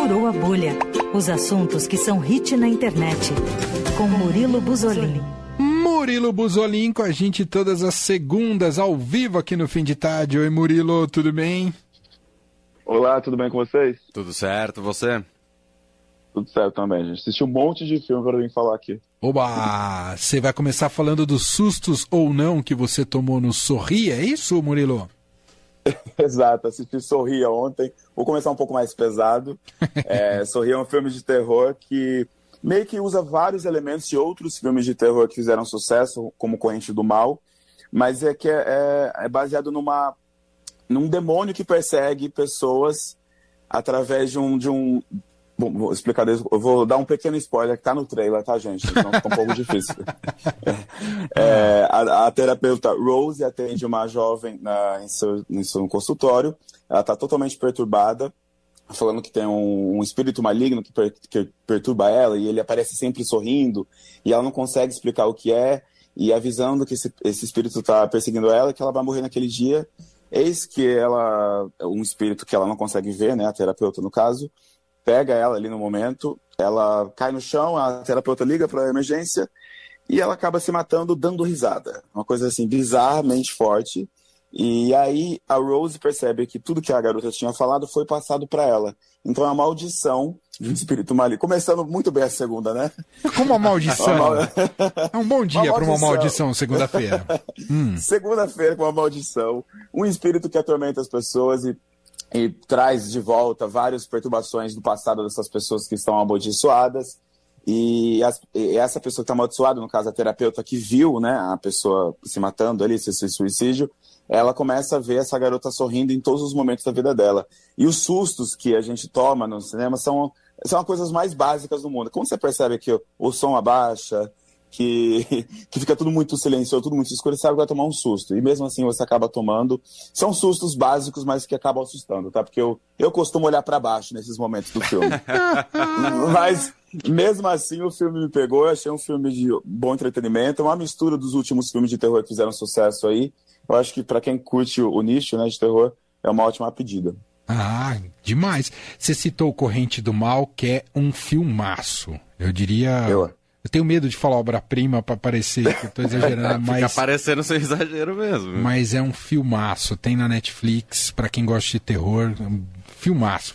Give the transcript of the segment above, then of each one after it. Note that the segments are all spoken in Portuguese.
Estourou a Bolha. Os assuntos que são hit na internet. Com Murilo Buzolin. Murilo Buzolin com a gente todas as segundas, ao vivo aqui no Fim de Tarde. Oi, Murilo, tudo bem? Olá, tudo bem com vocês? Tudo certo, você? Tudo certo também, gente. Assisti um monte de filme para vir falar aqui. Oba! Você vai começar falando dos sustos ou não que você tomou no Sorri, é isso, Murilo? Exato, assisti Sorria ontem. Vou começar um pouco mais pesado. Sorria é um filme de terror que meio que usa vários elementos de outros filmes de terror que fizeram sucesso, como Corrente do Mal, mas é baseado num demônio que persegue pessoas através de um... Bom, vou explicar, eu vou dar um pequeno spoiler que tá no trailer, tá, gente? Então fica um pouco difícil. A terapeuta Rose atende uma jovem em seu consultório. Ela tá totalmente perturbada, falando que tem um espírito maligno que perturba ela, e ele aparece sempre sorrindo, e ela não consegue explicar o que é, e avisando que esse espírito tá perseguindo ela, que ela vai morrer naquele dia. Eis que um espírito que ela não consegue ver, né, a terapeuta no caso, pega ela ali no momento, ela cai no chão, a terapeuta liga para a emergência e ela acaba se matando dando risada. Uma coisa assim, bizarramente forte. E aí a Rose percebe que tudo que a garota tinha falado foi passado para ela. Então é uma maldição de um espírito maligno. Começando muito bem a segunda, né? Como uma maldição? É um bom dia para uma maldição, segunda-feira. Segunda-feira com uma maldição. Um espírito que atormenta as pessoas e traz de volta várias perturbações do passado dessas pessoas que estão amaldiçoadas. E essa pessoa que está amaldiçoada, no caso a terapeuta que viu, né, a pessoa se matando ali, esse suicídio, ela começa a ver essa garota sorrindo em todos os momentos da vida dela. E os sustos que a gente toma no cinema são as coisas mais básicas do mundo. Quando você percebe que o som abaixa, que fica tudo muito silencioso, tudo muito escuro, você sabe que vai tomar um susto. E mesmo assim você acaba tomando. São sustos básicos, mas que acabam assustando, tá? Porque eu costumo olhar para baixo nesses momentos do filme. Mas mesmo assim o filme me pegou. Eu achei um filme de bom entretenimento, uma mistura dos últimos filmes de terror que fizeram sucesso aí. Eu acho que para quem curte o nicho, né, de terror, é uma ótima pedida. Ah, demais. Você citou Corrente do Mal, que é um filmaço. Eu diria... Eu tenho medo de falar obra-prima para parecer que eu tô exagerando, mas... Fica parecendo sem exagero mesmo. Mas é um filmaço. Tem na Netflix, para quem gosta de terror. Filmaço.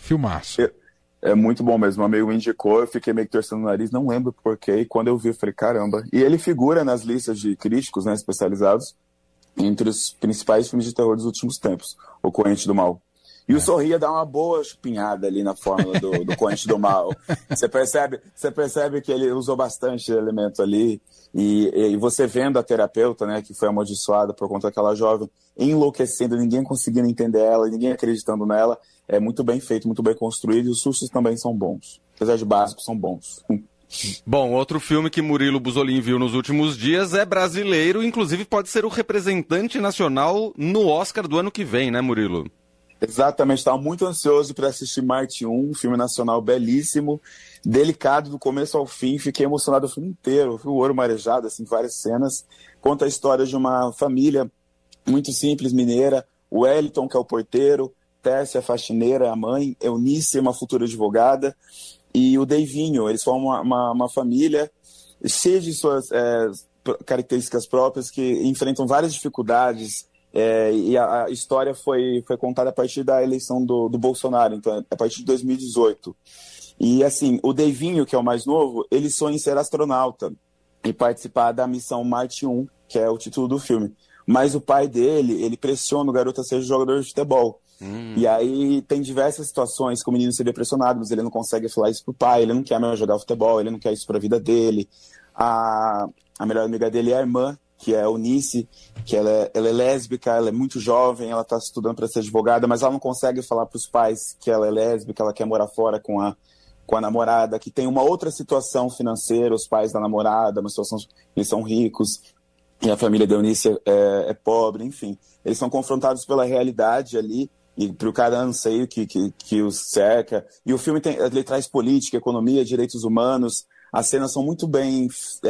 É muito bom mesmo. Um amigo me indicou, eu fiquei meio que torcendo o nariz, não lembro porquê. E quando eu vi, eu falei, caramba. E ele figura nas listas de críticos, né, especializados, entre os principais filmes de terror dos últimos tempos. O Corrente do Mal. E o Sorria dá uma boa chupinhada ali na fórmula do Corrente do Mal. Você percebe que ele usou bastante elemento ali. E você vendo a terapeuta, né, que foi amaldiçoada por conta daquela jovem, enlouquecendo, ninguém conseguindo entender ela, ninguém acreditando nela. É muito bem feito, muito bem construído. E os sustos também são bons. Apesar de básicos, são bons. Bom, outro filme que Murilo Buzolin viu nos últimos dias é brasileiro. Inclusive pode ser o representante nacional no Oscar do ano que vem, né, Murilo? Exatamente, estava muito ansioso para assistir Marte 1, um filme nacional belíssimo, delicado do começo ao fim, fiquei emocionado o filme inteiro, o olho marejado, assim, várias cenas. Conta a história de uma família muito simples, mineira, o Wellington, que é o porteiro, Tércia, a faxineira, a mãe, Eunice, uma futura advogada, e o Deivinho. Eles formam uma família cheia de suas características próprias, que enfrentam várias dificuldades. E a história foi contada a partir da eleição do Bolsonaro, então a partir de 2018. E assim, o Deivinho, que é o mais novo, ele sonha em ser astronauta e participar da missão Marte 1, que é o título do filme. Mas o pai dele, ele pressiona o garoto a ser jogador de futebol. E aí tem diversas situações que o menino se vê pressionado, mas ele não consegue falar isso pro pai, ele não quer mais jogar futebol, ele não quer isso pra vida dele. A melhor amiga dele é a irmã, que é a Eunice, que ela é lésbica, ela é muito jovem, ela está estudando para ser advogada, mas ela não consegue falar para os pais que ela é lésbica, ela quer morar fora com a namorada, que tem uma outra situação financeira, os pais da namorada, uma situação, eles são ricos, e a família da Eunice é pobre, enfim. Eles são confrontados pela realidade ali, e pro cara anseio que os cerca. E o filme ele traz política, economia, direitos humanos. As cenas são muito bem...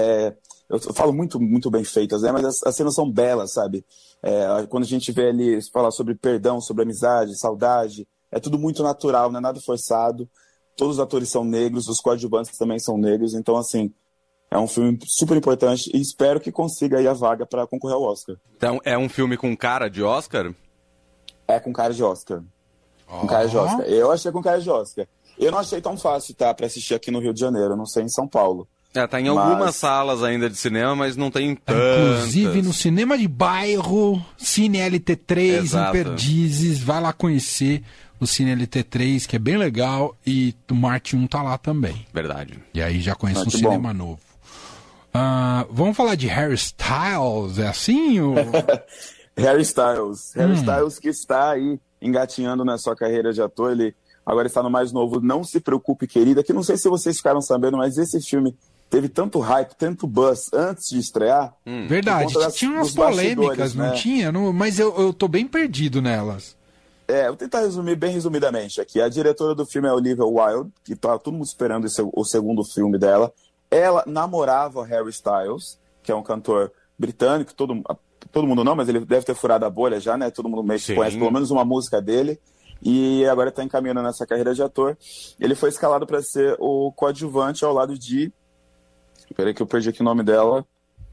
eu falo muito bem feitas, né? Mas as cenas são belas, sabe? Quando a gente vê ali falar sobre perdão, sobre amizade, saudade, é tudo muito natural, não é nada forçado. todos os atores são negros, os coadjuvantes também são negros, então, assim, é um filme super importante e espero que consiga aí a vaga para concorrer ao Oscar. Então, é um filme com cara de Oscar? É com cara de Oscar. Com cara de Oscar. Eu achei com cara de Oscar. Eu não achei tão fácil, tá, para assistir aqui no Rio de Janeiro, não sei em São Paulo. Tá em algumas salas ainda de cinema, mas não tem tantas. Inclusive no cinema de bairro, Cine LT3, Exato. em Perdizes, vai lá conhecer o Cine LT3, que é bem legal, e o Marte 1 tá lá também. Verdade. E aí já conhece um cinema novo. Vamos falar de Harry Styles, é assim? Ou... Harry Styles. Harry Styles que está aí engatinhando na sua carreira de ator, ele agora está no mais novo Não Se Preocupe, Querida, que não sei se vocês ficaram sabendo, mas esse filme teve tanto hype, tanto buzz antes de estrear. Verdade, tinha umas polêmicas, não tinha? Mas eu tô bem perdido nelas. Vou tentar resumir bem resumidamente aqui. A diretora do filme é Olivia Wilde, que tá todo mundo esperando o segundo filme dela. Ela namorava o Harry Styles, que é um cantor britânico, todo mundo não, mas ele deve ter furado a bolha já, né? Todo mundo conhece pelo menos uma música dele. E agora está encaminhando nessa carreira de ator. Ele foi escalado para ser o coadjuvante ao lado de... Peraí que eu perdi aqui o nome dela.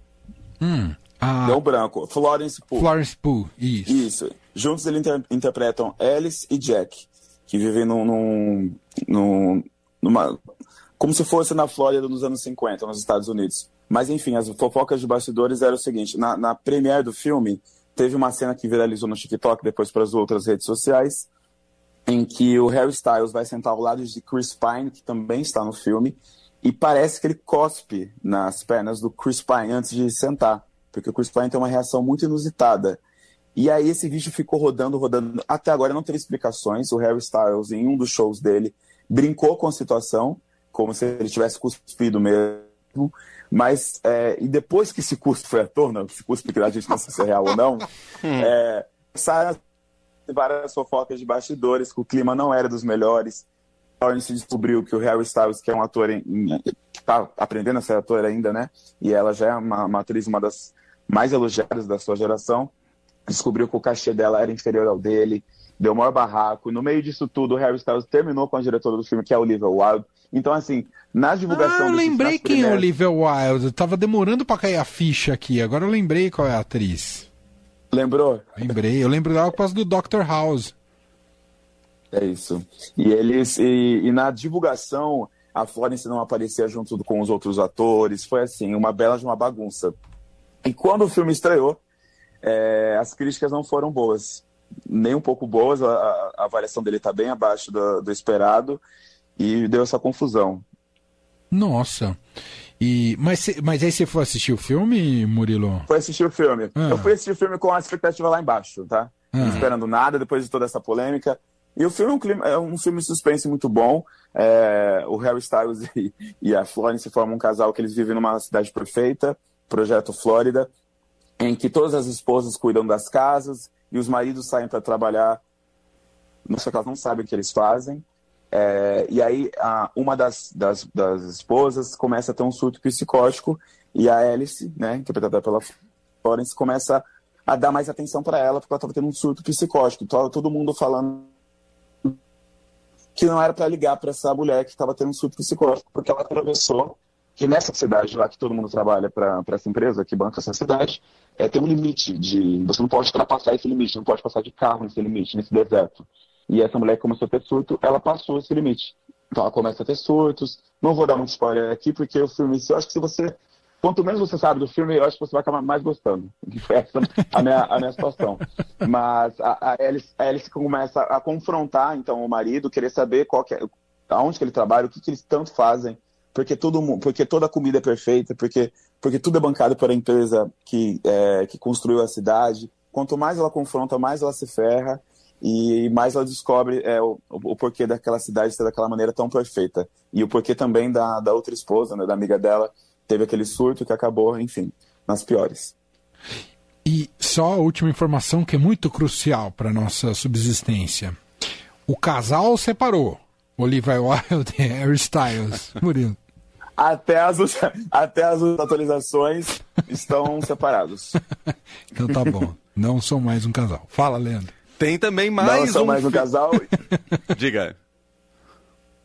Deu branco. Florence Pugh. Florence Pugh, isso. Juntos eles interpretam Alice e Jack, que vivem numa... Como se fosse na Flórida nos anos 50, nos Estados Unidos. Mas, enfim, as fofocas de bastidores eram o seguinte. Na premiere do filme, teve uma cena que viralizou no TikTok, depois para as outras redes sociais, em que o Harry Styles vai sentar ao lado de Chris Pine, que também está no filme, e parece que ele cospe nas pernas do Chris Pine antes de sentar, porque o Chris Pine tem uma reação muito inusitada. E aí esse vídeo ficou rodando. Até agora não teve explicações. O Harry Styles, em um dos shows dele, brincou com a situação, como se ele tivesse cuspido mesmo. Mas, e depois que esse cuspe foi à tona, esse cuspe que a gente não sabe se é real ou não, saíram várias fofocas de bastidores, que o clima não era dos melhores. Se descobriu que o Harry Styles, que é um ator que está aprendendo a ser ator ainda, né? E ela já é uma atriz, uma das mais elogiadas da sua geração, descobriu que o cachê dela era inferior ao dele, deu o maior barraco. No meio disso tudo, o Harry Styles terminou com a diretora do filme, que é a Olivia Wilde. Então, assim, na divulgação... eu lembrei quem é Olivia Wilde. Eu tava demorando pra cair a ficha aqui. Agora eu lembrei qual é a atriz. Lembrou? Lembrei. Eu lembro dela por causa do Dr. House. É isso. E na divulgação, a Florence não aparecia junto com os outros atores. Foi, assim, uma bela de uma bagunça. E quando o filme estreou, as críticas não foram boas. Nem um pouco boas. A avaliação dele tá bem abaixo do esperado. E deu essa confusão. Nossa. Mas aí você foi assistir o filme, Murilo? Foi assistir o filme. Eu fui assistir o filme com a expectativa lá embaixo, tá? Não esperando nada depois de toda essa polêmica. E o filme é um filme de suspense muito bom. O Harry Styles e a Florence formam um casal que eles vivem numa cidade perfeita, Projeto Flórida, em que todas as esposas cuidam das casas e os maridos saem para trabalhar. Só que elas não sabem o que eles fazem. E aí uma das esposas começa a ter um surto psicótico e a Alice, né, interpretada pela Florence, começa a dar mais atenção para ela porque ela estava tendo um surto psicótico. Então, todo mundo falando que não era para ligar para essa mulher que estava tendo um surto psicótico, porque ela atravessou que nessa cidade lá que todo mundo trabalha para essa empresa que banca essa cidade, tem um limite você não pode ultrapassar esse limite, não pode passar de carro nesse limite, nesse deserto. E essa mulher que começou a ter surto, ela passou esse limite. Então ela começa a ter surtos. Não vou dar muito spoiler aqui, porque o filme, eu acho que quanto menos você sabe do filme, eu acho que você vai acabar mais gostando. Foi essa a minha situação. Mas a Alice começa a confrontar, então, o marido, querer saber aonde que ele trabalha, o que eles tanto fazem, porque toda a comida é perfeita, porque tudo é bancado por a empresa que construiu a cidade. Quanto mais ela confronta, mais ela se ferra. E mais ela descobre o porquê daquela cidade ser daquela maneira tão perfeita. E o porquê também da outra esposa, né, da amiga dela, teve aquele surto que acabou, enfim, nas piores. E só a última informação que é muito crucial para nossa subsistência. O casal separou. Olivia Wilde e Harry Styles. Murilo. Até as atualizações estão separados. Então tá bom. Não são mais um casal. Fala, Leandro. Tem também mais mais um casal. Diga.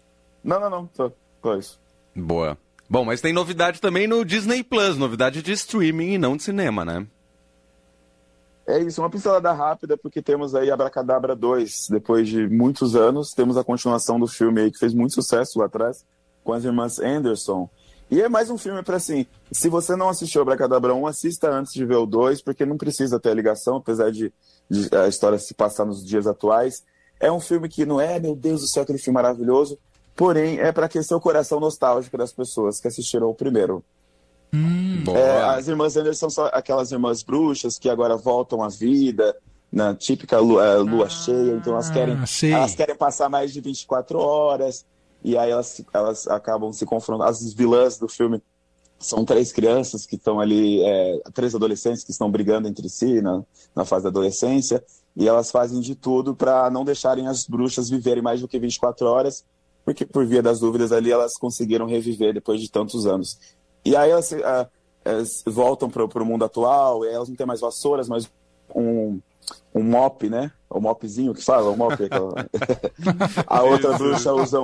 Não. Só isso. Boa. Bom, mas tem novidade também no Disney Plus, novidade de streaming e não de cinema, né? É isso, uma pincelada rápida, porque temos aí Abracadabra 2, depois de muitos anos, temos a continuação do filme aí que fez muito sucesso lá atrás, com as irmãs Anderson. E é mais um filme para assim, se você não assistiu Abracadabra 1, assista antes de ver o 2, porque não precisa ter a ligação, apesar de a história se passar nos dias atuais. É um filme que não é, meu Deus do céu, aquele filme maravilhoso, porém é para aquecer o coração nostálgico das pessoas que assistiram o primeiro. As irmãs Anderson são aquelas irmãs bruxas que agora voltam à vida, na típica lua cheia, então elas querem passar mais de 24 horas, e aí elas acabam se confrontando. As vilãs do filme são 3 crianças que estão ali, 3 adolescentes que estão brigando entre si na fase da adolescência, e elas fazem de tudo para não deixarem as bruxas viverem mais do que 24 horas, porque por via das dúvidas ali elas conseguiram reviver depois de tantos anos. E aí elas voltam para o mundo atual, e elas não têm mais vassouras, mas um mop, né? O mopzinho que fala, o mop. A outra bruxa usa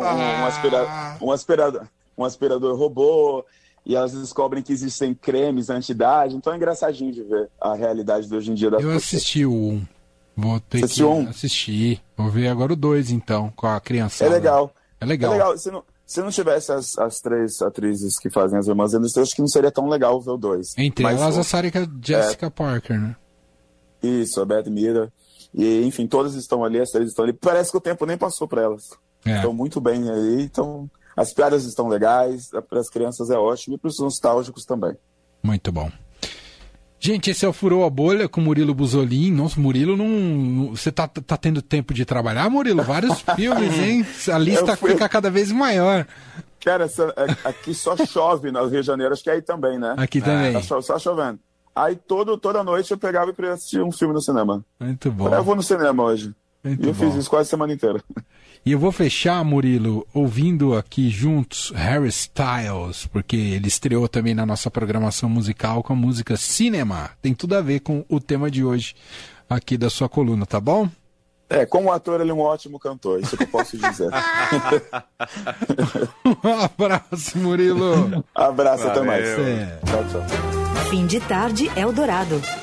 um aspirador robô, e elas descobrem que existem cremes anti-idade, então é engraçadinho de ver a realidade de hoje em dia das pessoas. Eu assisti o 1. Vou ter que assistir. Vou ver agora o 2, então, com a criança. É legal. É legal. Se não tivesse as 3 atrizes que fazem as irmãs Anderson, eu acho que não seria tão legal ver o 2. Entre elas a Sarah Jessica Parker, né? Isso, a Beth Miller. E, enfim, todas estão ali, as 3 estão ali. Parece que o tempo nem passou para elas. Estão muito bem aí. Então, as piadas estão legais, para as crianças é ótimo e para os nostálgicos também. Muito bom. Gente, esse é o Furou a Bolha com Murilo Buzolin. Nossa, Murilo, você tá tendo tempo de trabalhar, Murilo? Vários filmes, hein? A lista fica cada vez maior. Cara, aqui só chove no Rio de Janeiro, acho que aí também, né? Aqui também. Tá só chovendo. Aí toda noite eu pegava e ia assistir um filme no cinema. Muito bom. Eu vou no cinema hoje. Muito e eu fiz isso quase a semana inteira. E eu vou fechar, Murilo, ouvindo aqui juntos Harry Styles, porque ele estreou também na nossa programação musical com a música Cinema. Tem tudo a ver com o tema de hoje aqui da sua coluna, tá bom? Como ator, ele é um ótimo cantor, isso que eu posso dizer. Um abraço, Murilo. Abraço, até mais. É. Tchau. Fim de Tarde Eldorado.